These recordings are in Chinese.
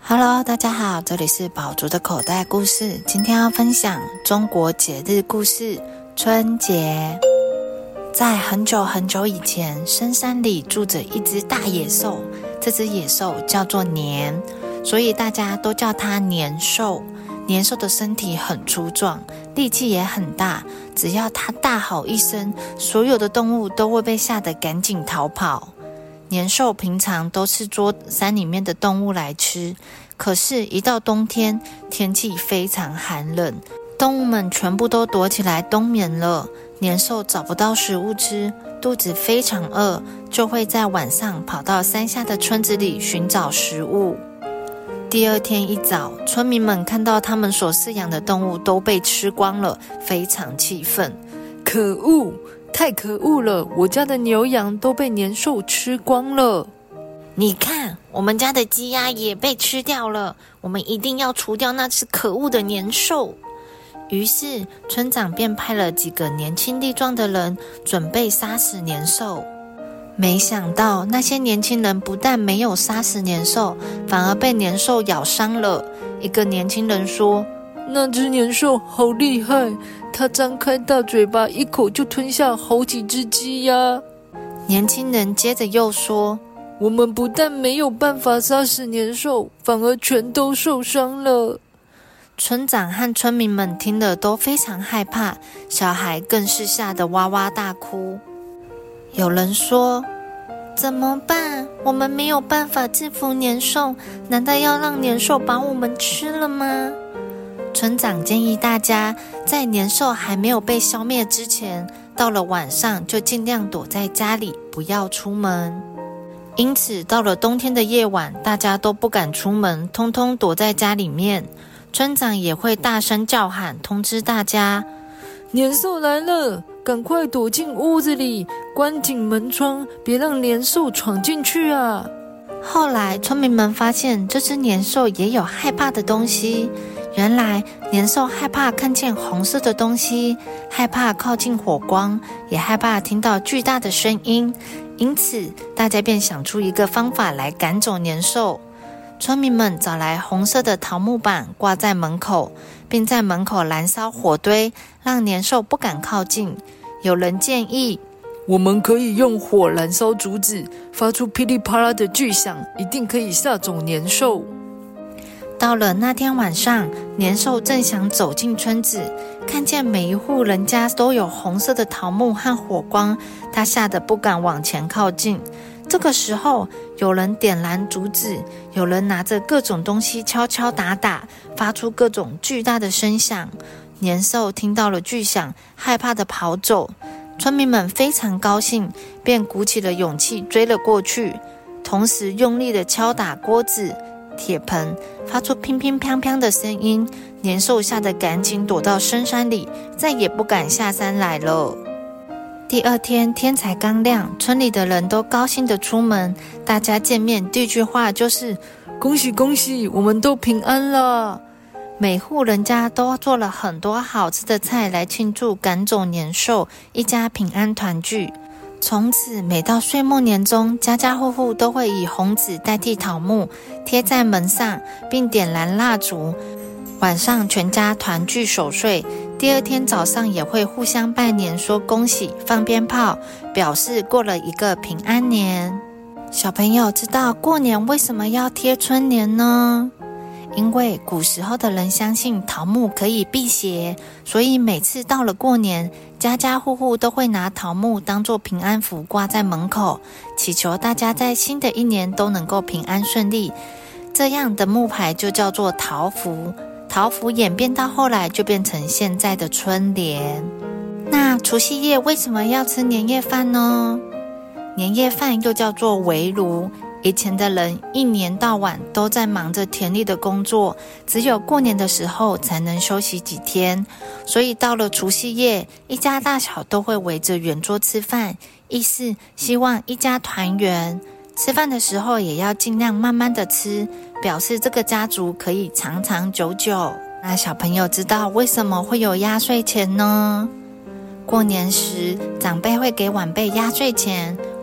Hello， 大家好，这里是宝竹的口袋故事。今天要分享中国节日故事春节。在很久很久以前，深山里住着一只大野兽，这只野兽叫做年，所以大家都叫它年兽。年兽的身体很粗壮，力气也很大，只要它大吼一声，所有的动物都会被吓得赶紧逃跑。年兽平常都是捉山里面的动物来吃，可是一到冬天，天气非常寒冷，动物们全部都躲起来冬眠了。年兽找不到食物吃，肚子非常饿，就会在晚上跑到山下的村子里寻找食物。第二天一早，村民们看到他们所饲养的动物都被吃光了，非常气愤。可恶！太可恶了！我家的牛羊都被年兽吃光了。你看，我们家的鸡鸭也被吃掉了，我们一定要除掉那只可恶的年兽。于是，村长便派了几个年轻力壮的人，准备杀死年兽。没想到，那些年轻人不但没有杀死年兽，反而被年兽咬伤了。一个年轻人说：“那只年兽好厉害，它张开大嘴巴，一口就吞下好几只鸡呀。”年轻人接着又说：“我们不但没有办法杀死年兽，反而全都受伤了。”村长和村民们听了都非常害怕，小孩更是吓得哇哇大哭。有人说：“怎么办？我们没有办法制服年兽，难道要让年兽把我们吃了吗？”村长建议大家在年兽还没有被消灭之前，到了晚上就尽量躲在家里，不要出门。因此到了冬天的夜晚，大家都不敢出门，通通躲在家里面。村长也会大声叫喊，通知大家：“年兽来了，赶快躲进屋子里，关紧门窗，别让年兽闯进去啊！”后来村民们发现，这只年兽也有害怕的东西。原来年兽害怕看见红色的东西，害怕靠近火光，也害怕听到巨大的声音。因此大家便想出一个方法来赶走年兽。村民们找来红色的桃木板挂在门口，并在门口燃烧火堆，让年兽不敢靠近。有人建议，我们可以用火燃烧竹子，发出噼里啪啦的巨响，一定可以吓走年兽。到了那天晚上，年兽正想走进村子，看见每一户人家都有红色的桃木和火光，他吓得不敢往前靠近。这个时候，有人点燃竹子，有人拿着各种东西敲敲打打，发出各种巨大的声响。年兽听到了巨响，害怕地跑走。村民们非常高兴，便鼓起了勇气追了过去，同时用力地敲打锅子、铁盆，发出乒乒乓乓的声音。年兽吓得赶紧躲到深山里，再也不敢下山来了。第二天天才刚亮，村里的人都高兴地出门，大家见面第一句话就是：“恭喜恭喜，我们都平安了。”每户人家都做了很多好吃的菜来庆祝赶走年兽，一家平安团聚。从此每到岁末年终，家家户户都会以红纸代替桃木贴在门上，并点燃蜡烛。晚上全家团聚守岁，第二天早上也会互相拜年，说恭喜，放鞭炮，表示过了一个平安年。小朋友知道过年为什么要贴春联呢？因为古时候的人相信桃木可以辟邪，所以每次到了过年，家家户户都会拿桃木当作平安符挂在门口，祈求大家在新的一年都能够平安顺利。这样的木牌就叫做桃符。桃符演变到后来就变成现在的春联。那除夕夜为什么要吃年夜饭呢？年夜饭又叫做围炉。以前的人一年到晚都在忙着田里的工作，只有过年的时候才能休息几天，所以到了除夕夜，一家大小都会围着圆桌吃饭，意思希望一家团圆。吃饭的时候也要尽量慢慢的吃，表示这个家族可以长长久久。那小朋友知道为什么会有压岁钱呢？过年时，长辈会给晚辈压岁钱，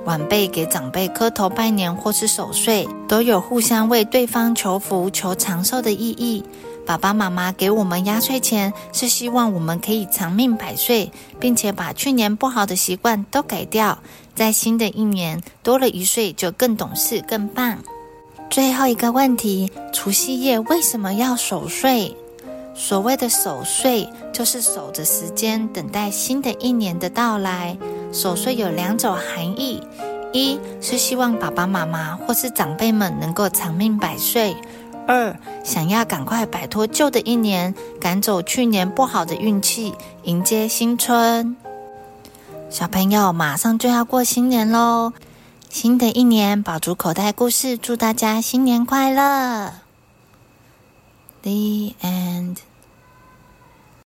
晚辈给长辈磕头拜年或是守岁，都有互相为对方求福、求长寿的意义。爸爸妈妈给我们压岁钱，是希望我们可以长命百岁，并且把去年不好的习惯都改掉，在新的一年多了1岁就更懂事、更棒。最后一个问题，除夕夜为什么要守岁？所谓的守岁，就是守着时间，等待新的一年的到来。守岁有2种含义，一是希望爸爸妈妈或是长辈们能够长命百岁；2想要赶快摆脱旧的一年，赶走去年不好的运气，迎接新春。小朋友，马上就要过新年咯，新的一年，宝竹口袋故事祝大家新年快乐。The end.